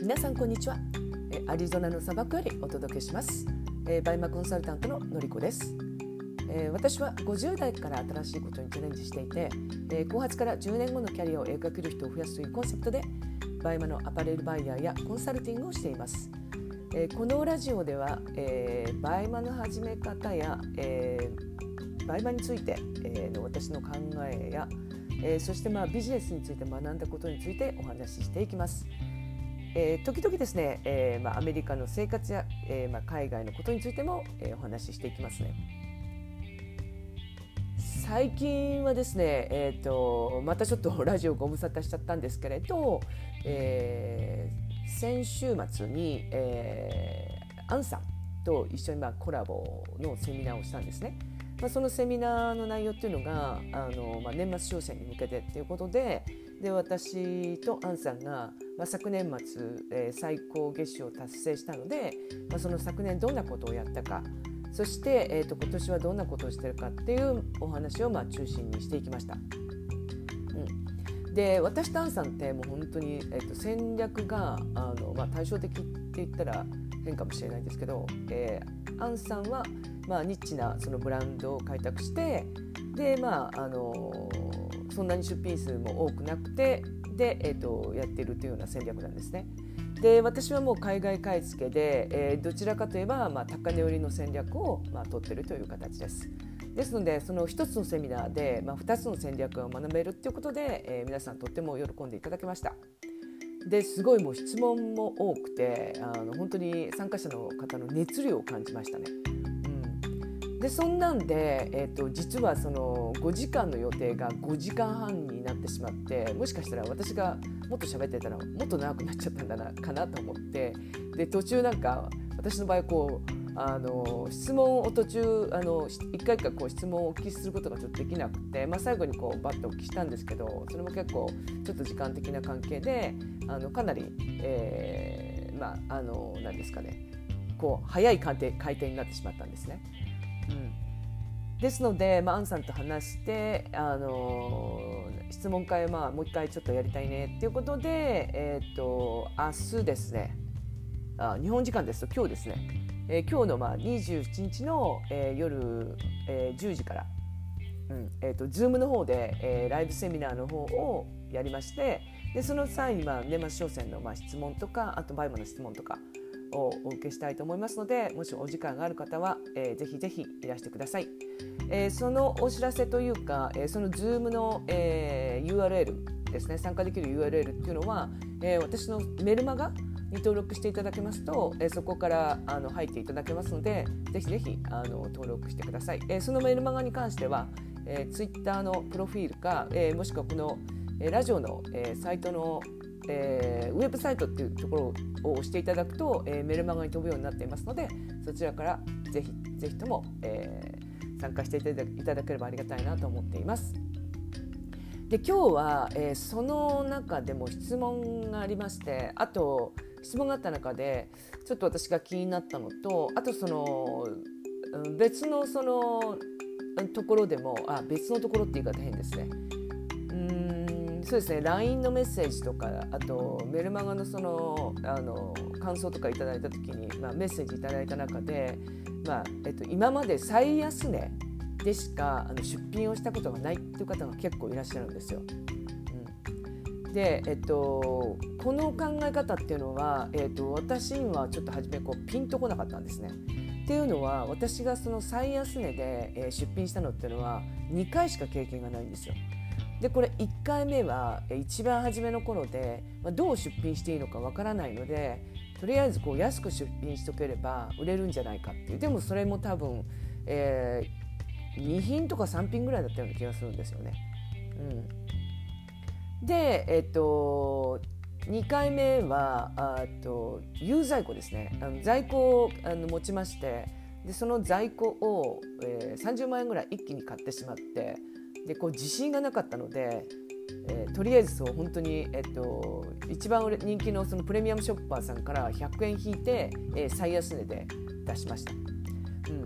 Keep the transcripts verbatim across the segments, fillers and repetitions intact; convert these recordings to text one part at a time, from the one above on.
皆さんこんにちは。アリゾナの砂漠よりお届けします。バイマコンサルタントののりこです。私はごじゅう代から新しいことにチャレンジしていて、後発からじゅうねんごのキャリアを描ける人を増やすというコンセプトでバイマのアパレルバイヤーやコンサルティングをしています。このラジオではバイマの始め方やバイマについての私の考えやそしてまあビジネスについて学んだことについてお話ししていきます。えー、時々ですね、えーまあ、アメリカの生活や、えーまあ、海外のことについても、えー、お話ししていきますね。最近はですね、えー、とまたちょっとラジオご無沙汰しちゃったんですけれど、えー、先週末に、えー、アンさんと一緒にまあコラボのセミナーをしたんですね。まあ、そのセミナーの内容っていうのがあの、まあ、年末商戦に向けてっていうことで、で私とアンさんが、まあ、昨年末、えー、最高月収を達成したので、まあ、その昨年どんなことをやったか、そして、えー、と今年はどんなことをしてるかっていうお話をまあ中心にしていきました。うん、で私とアンさんってもう本当に、えー、と戦略があの、まあ、対照的って言ったら変かもしれないんですけど、えー、アンさんは、まあ、ニッチなそのブランドを開拓してで、まああのそんなに出品数も多くなくてで、えー、とやっているというような戦略なんですね。で私はもう海外買い付けで、えー、どちらかといえば、まあ、高値売りの戦略を、まあ、取っているという形です。ですのでその一つのセミナーで、まあ、二つの戦略を学べるということで、えー、皆さんとっても喜んでいただけました。ですごいもう質問も多くてあの本当に参加者の方の熱量を感じましたね。でそんなんで、えー、と実はそのごじかんの予定がごじかんはんになってしまって、もしかしたら私がもっと喋ってたらもっと長くなっちゃったんだなかなと思って、で途中なんか私の場合こうあの質問を途中あの一回一回こう質問をお聞きすることがちょっとできなくて、まあ、最後にこうバッとお聞きしたんですけど、それも結構ちょっと時間的な関係であのかなり、えー、まああの何ですかねこう早い回転、回転になってしまったんですね。うん、ですので、まあ、アンさんと話して、あのー、質問会を、まあ、もう一回ちょっとやりたいねっていうことで、えー、と明日ですねあ日本時間ですと今日ですね、えー、今日のまあにじゅうしちにちの、えー、夜、えー、じゅうじから、うんえー、と Zoom の方で、えー、ライブセミナーの方をやりまして、でその際に、まあ、年末商戦のまあ質問とかあとバイマの質問とかをお受けしたいと思いますので、もしお時間がある方は、えー、ぜひぜひいらしてください。えー、そのお知らせというか、えー、その Zoom の、えー、ユーアールエル ですね、参加できる ユーアールエル っていうのは、えー、私のメルマガに登録していただけますと、えー、そこからあの入っていただけますので、ぜひぜひあの登録してください。えー、そのメルマガに関しては、えー、Twitter のプロフィールか、えー、もしくはこの、えー、ラジオの、えー、サイトのえー、ウェブサイトっていうところを押していただくと、えー、メルマガに飛ぶようになっていますので、そちらからぜひぜひとも、えー、参加していただ、いただければありがたいなと思っています。で今日は、えー、その中でも質問がありまして、あと質問があった中でちょっと私が気になったのと、あとその別のそのところでもあ別のところって言い方変ですね。うーんそうですね、ライン のメッセージとかあとメルマガのそのあの感想とかいただいた時に、まあ、メッセージいただいた中で、まあえっと、今まで最安値でしかあの出品をしたことがないっていう方が結構いらっしゃるんですよ。うん、で、えっと、この考え方っていうのは、えっと、私にはちょっと初めこうピンとこなかったんですね。っていうのは私がその最安値で、えー、出品したのっていうのはにかいしか経験がないんですよ。でこれいっかいめは一番初めの頃で、まあ、どう出品していいのかわからないので、とりあえずこう安く出品しとければ売れるんじゃないかっていう、でもそれも多分、えー、にひんとかさんぴんぐらいだったような気がするんですよね。うん、で、えっと、にかいめはあと有在庫ですね。あの在庫をあの持ちまして、でその在庫を、えー、さんじゅうまんえんぐらい一気に買ってしまって、でこう自信がなかったので、えー、とりあえずそう本当に、えっと、一番人気 の, そのプレミアムショッパーさんからひゃくえん引いて、えー、最安値で出しました。うん、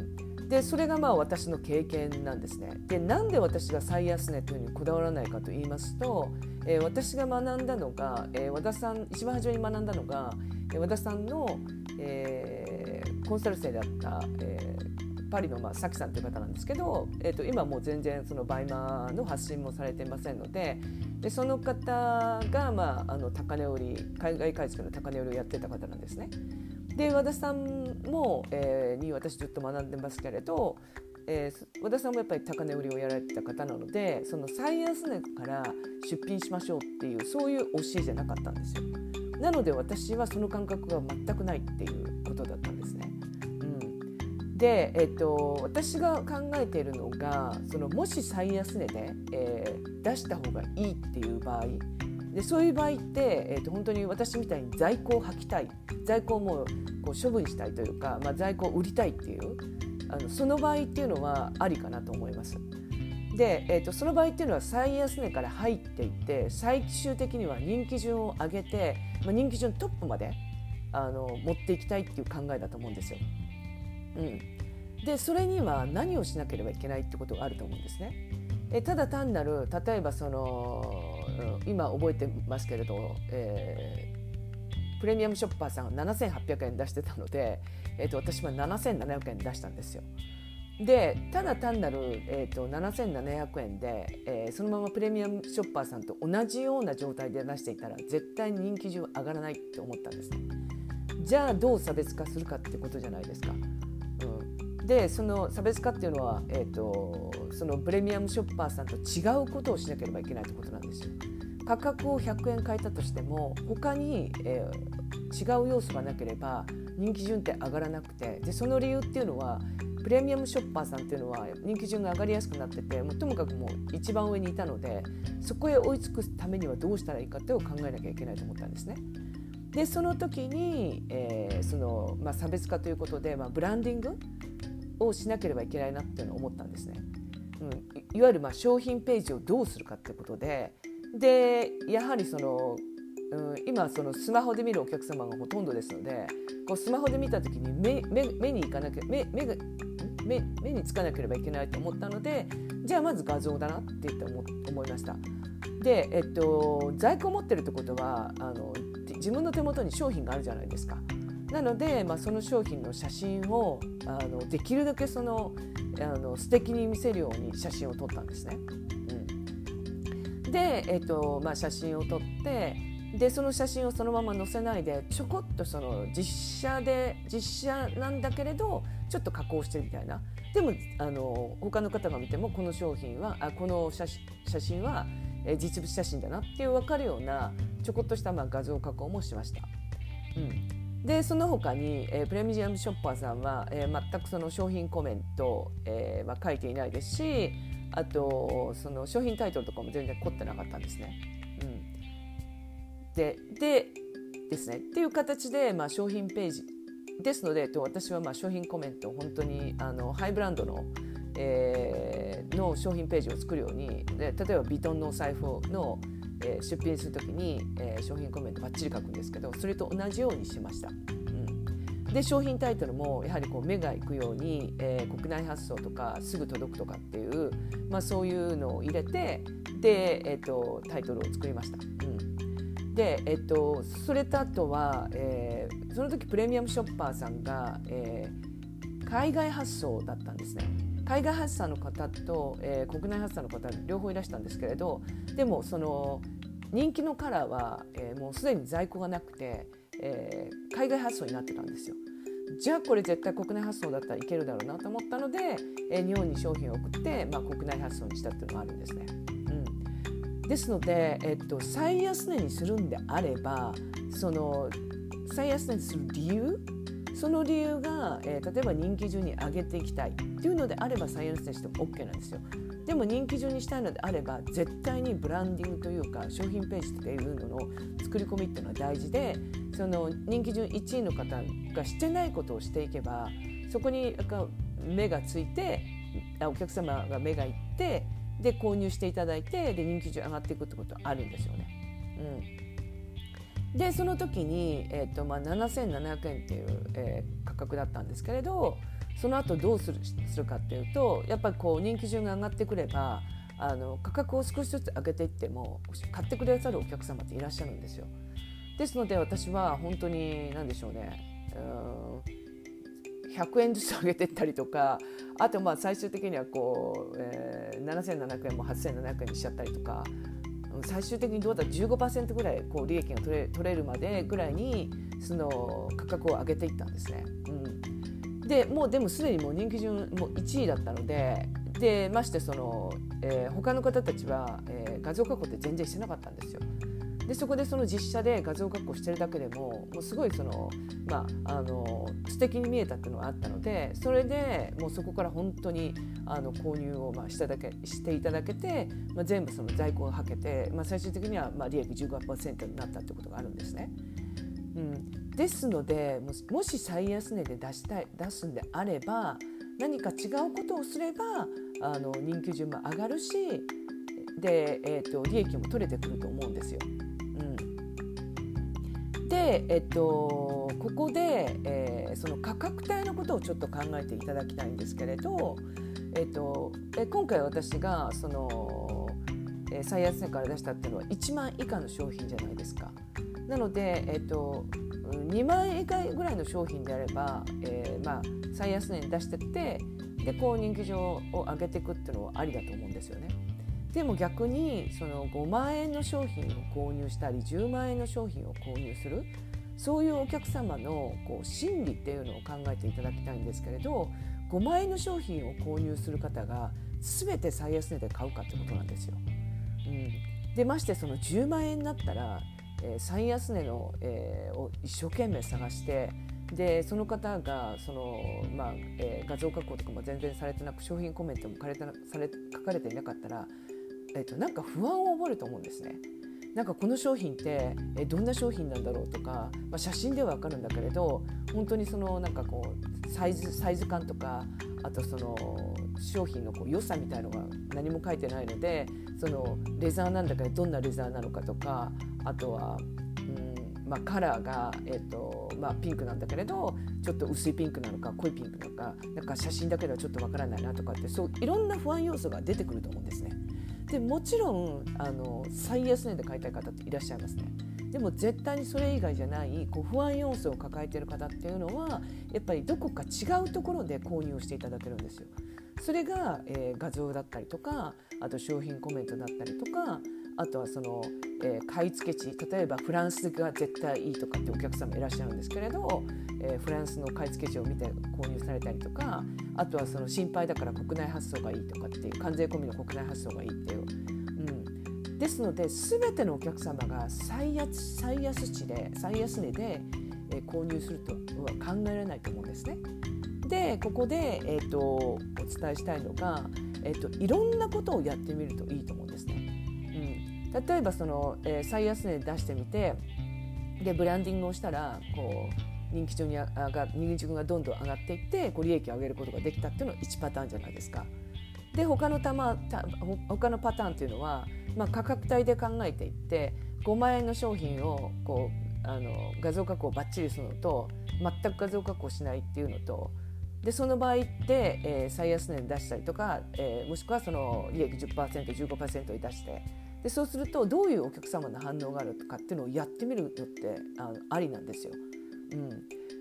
でそれがまあ私の経験なんですね。でなんで私が最安値というふうにこだわらないかと言いますと、えー、私が学んだのが、えー、和田さん一番初めに学んだのが、えー、和田さんの、えー、コンサル生だった、えー、パリのまあサキさんという方なんですけど、えー、と今もう全然そのバイマーの発信もされていませんので、でその方が、まあ、あの高値売り海外買い付けの高値売りをやってた方なんですね。で和田さんも、えー、に私ずっと学んでますけれど、えー、和田さんもやっぱり高値売りをやられてた方なので、その最安値から出品しましょうっていうそういう教えじゃなかったんですよ。なので私はその感覚が全くないっていうことだったんですね。うん、で、えーと、私が考えているのが、そのもし最安値で、えー、出した方がいいっていう場合で、そういう場合って、えーと、本当に私みたいに在庫を履きたい、在庫をもうこう処分したいというか、まあ、在庫を売りたいっていうあのその場合っていうのはありかなと思います。で、えーと、その場合っていうのは最安値から入っていって最終的には人気順を上げて、まあ、人気順トップまであの持っていきたいっていう考えだと思うんですよ。うん、でそれには何をしなければいけないってことがあると思うんですね。えただ単なる例えばその今覚えてますけれど、えー、プレミアムショッパーさんがななせんはっぴゃくえん出してたので、えー、と私はななせんななひゃくえん出したんですよ。でただ単なる、えー、とななせんななひゃくえんで、えー、そのままプレミアムショッパーさんと同じような状態で出していたら絶対に人気順上がらないって思ったんですね。じゃあどう差別化するかってことじゃないですか。うん、でその差別化っていうのは、えー、とそのプレミアムショッパーさんと違うことをしなければいけないってことなんですよ。価格をひゃくえん変えたとしても他に、えー、違う要素がなければ人気順って上がらなくて、でその理由っていうのはプレミアムショッパーさんっていうのは人気順が上がりやすくなってて、もうともかくもう一番上にいたので、そこへ追いつくためにはどうしたらいいかっていうのを考えなきゃいけないと思ったんですね。でその時に、えーそのまあ、差別化ということで、まあ、ブランディングをしなければいけないなっていうのを思ったんですね。うん、いわゆるまあ商品ページをどうするかってことで、でやはりその、うん、今そのスマホで見るお客様がほとんどですので、こうスマホで見た時に 目, 目, 目にいかなきゃ 目, 目, が 目, 目につかなければいけないと思ったので、じゃあまず画像だなって言って 思, 思いました。で、えっと、在庫を持ってるってことはあの自分の手元に商品があるじゃないですか。なので、まあ、その商品の写真をあのできるだけそのあの素敵に見せるように写真を撮ったんですね。うん、で、えっとまあ、写真を撮って、でその写真をそのまま載せないでちょこっとその実写で実写なんだけれどちょっと加工してみたいな。でもあの他の方が見てもこの商品はあこの写真、写真は実物写真だなっていう分かるようなちょこっとしたまあ画像加工もしました。うん、でその他に、えー、プレミアムショッパーさんは、えー、全くその商品コメント、えーまあ、書いていないですし、あとその商品タイトルとかも全然凝ってなかったんですね。うん、ででですねっていう形で、まあ、商品ページですので、と私はまあ商品コメントを本当にあのハイブランドのえー、の商品ページを作るように、で例えばビトンのお財布の、えー、出品するときに、えー、商品コメントバッチリ書くんですけど、それと同じようにしました。うん、で商品タイトルもやはりこう目が行くように、えー、国内発送とかすぐ届くとかっていう、まあ、そういうのを入れて、で、えー、とタイトルを作りました。うんでえー、とそれとあとは、えー、その時プレミアムショッパーさんが、えー、海外発送だったんですね。海外発散の方と、えー、国内発散の方両方いらしたんですけれど、でもその人気のカラーは、えー、もうすでに在庫がなくて、えー、海外発送になってたんですよ。じゃあこれ絶対国内発送だったらいけるだろうなと思ったので、えー、日本に商品を送って、まあ、国内発送にしたっていうのがあるんですね。うん、ですので、えっと、最安値にするんであれば、その最安値にする理由その理由が、えー、例えば人気順に上げていきたいっていうのであれば最安値にしても OK なんですよ。でも人気順にしたいのであれば絶対にブランディングというか商品ページというのの作り込みっていうのは大事で、その人気順いちいの方がしてないことをしていけば、そこに目がついてお客様が目がいってで購入していただいて、で人気順上がっていくってことはあるんですよね。うんでその時に、えーとまあ、ななせんななひゃくえんっていう、えー、価格だったんですけれど、 その後どうする、するかっていうと、やっぱりこう人気順が上がってくればあの価格を少しずつ上げていっても買ってくださるお客様っていらっしゃるんですよ。ですので私は本当に何でしょうね、うん、ひゃくえんずつ上げていったりとか、あとまあ最終的にはこう、えー、ななせんななひゃくえんもはっせんななひゃくえんにしちゃったりとか、最終的にどうだ じゅうごパーセント ぐらいこう利益が取れ、取れるまでぐらいにその価格を上げていったんですね。うん、でもうでもすでにもう人気順もういちいだったので、でましてその、えー、他の方たちは、えー、画像加工って全然してなかったんですよ。でそこでその実写で画像加工してるだけでももうすごいその、まあ、あの素敵に見えたっていうのがあったので、それでもうそこから本当にあの購入をまあしただけしていただけて、まあ、全部その在庫をはけて、まあ、最終的にはまあ利益 じゅうごパーセント になったってことがあるんですね。うん、ですのでもし、もし最安値で出したい出すんであれば、何か違うことをすればあの人気順も上がるし、で、えーと、利益も取れてくると思うんですよ。うん、で、えーと、ここで、えー、その価格帯のことをちょっと考えていただきたいんですけれど、えーと、え今回私がその、えー、最安値から出したっていうのはいちまん以下の商品じゃないですか。なので、えーと、にまん円以下ぐらいの商品であれば、えーまあ、最安値に出してってでこう人気順を上げていくっていうのはありだと思うんですよね。でも逆にそのごまん円の商品を購入したりじゅうまん円の商品を購入する、そういうお客様のこう心理っていうのを考えていただきたいんですけれど、ごまん円の商品を購入する方が全て最安値で買うかってことなんですよ。うん、でましてそのじゅうまん円になったら、えー、最安値の、えー、を一生懸命探して、でその方がその、まあえー、画像加工とかも全然されてなく、商品コメントもされされ書かれていなかったら、えー、となんか不安を覚えると思うんですね。なんかこの商品って、えー、どんな商品なんだろうとか、まあ、写真では分かるんだけれど、本当にそのなんかこうサイズ、サイズ感とか、あとその商品のこう良さみたいのが何も書いてないので、そのレザーなんだけどどんなレザーなのかとか、あとは、うんまあ、カラーが、えーとまあ、ピンクなんだけれどちょっと薄いピンクなのか濃いピンクなのか、なんか写真だけではちょっとわからないなとかって、そういろんな不安要素が出てくると思うんですね。でもちろんあの最安値で買いたい方っていらっしゃいますね。でも絶対にそれ以外じゃないこう不安要素を抱えている方っていうのはやっぱりどこか違うところで購入をしていただけるんですよ。それが、えー、画像だったりとか、あと商品コメントだったりとか、あとはその、えー、買い付け地、例えばフランスが絶対いいとかってお客様いらっしゃるんですけれど、えー、フランスの買い付け地を見て購入されたりとか、あとはその心配だから国内発送がいいとかっていう、関税込みの国内発送がいいっていう、うん、ですので全てのお客様が最安、最安値で最安値で、えー、購入するとは考えられないと思うんですね。でここで、えー、とお伝えしたいのが、えー、といろんなことをやってみるといいと思うんですね。うん、例えばその、えー、最安値で出してみて、でブランディングをしたらこう人気順に上が人気順がどんどん上がっていってこう利益を上げることができたっていうのはいちパターンじゃないですか。で他のた、ま、た他のパターンっていうのは、まあ、価格帯で考えていってごまん円の商品をこうあの画像加工をバッチリするのと全く画像加工しないっていうのと、でその場合って、えー、最安値で出したりとか、えー、もしくはその利益 じゅっパーセント、じゅうごパーセント に出して、でそうするとどういうお客様の反応があるかっていうのをやってみるのってあのありなんですよ。うん、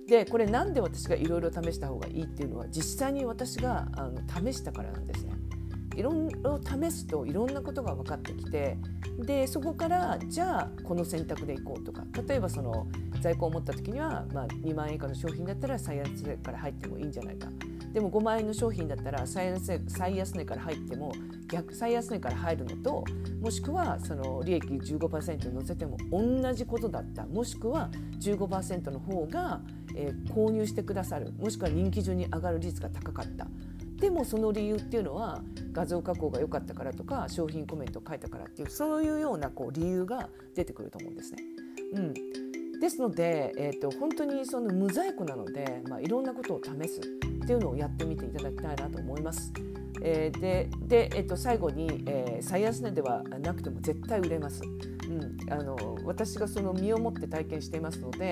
でこれなんで私がいろいろ試した方がいいっていうのは実際に私があの試したからなんですね。いろいろ試すといろんなことが分かってきて、でそこからじゃあこの選択でいこうとか、例えばその在庫を持った時には、まあ、にまん円以下の商品だったら最安値から入ってもいいんじゃないか、でもごまん円の商品だったら最安値、最安値から入っても逆最安値から入るのと、もしくはその利益 じゅうごパーセント 乗せても同じことだった、もしくは じゅうごパーセント の方が、えー、購入してくださる、もしくは人気順に上がる率が高かった、でもその理由っていうのは画像加工が良かったからとか商品コメントを書いたからっていう、そういうようなこう理由が出てくると思うんですね。うん、ですので、えーと、本当にその無在庫なので、まあ、いろんなことを試すっていうのをやってみていただきたいなと思います。えー、でで、えーと、最後に、えー、最安値ではなくても絶対売れます。うん、あの私がその身をもって体験していますので、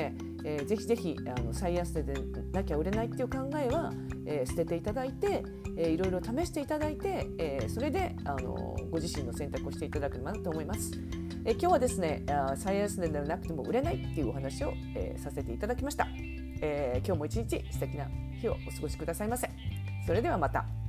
えー、ぜひぜひあの最安値でなきゃ売れないっていう考えは、えー、捨てていただいて、えー、いろいろ試していただいて、えー、それであのご自身の選択をしていただければなと思います。えー、今日はですね、あ最安値でなくても売れないっていうお話を、えー、させていただきました。えー、今日も一日素敵な日をお過ごしくださいませ。それではまた。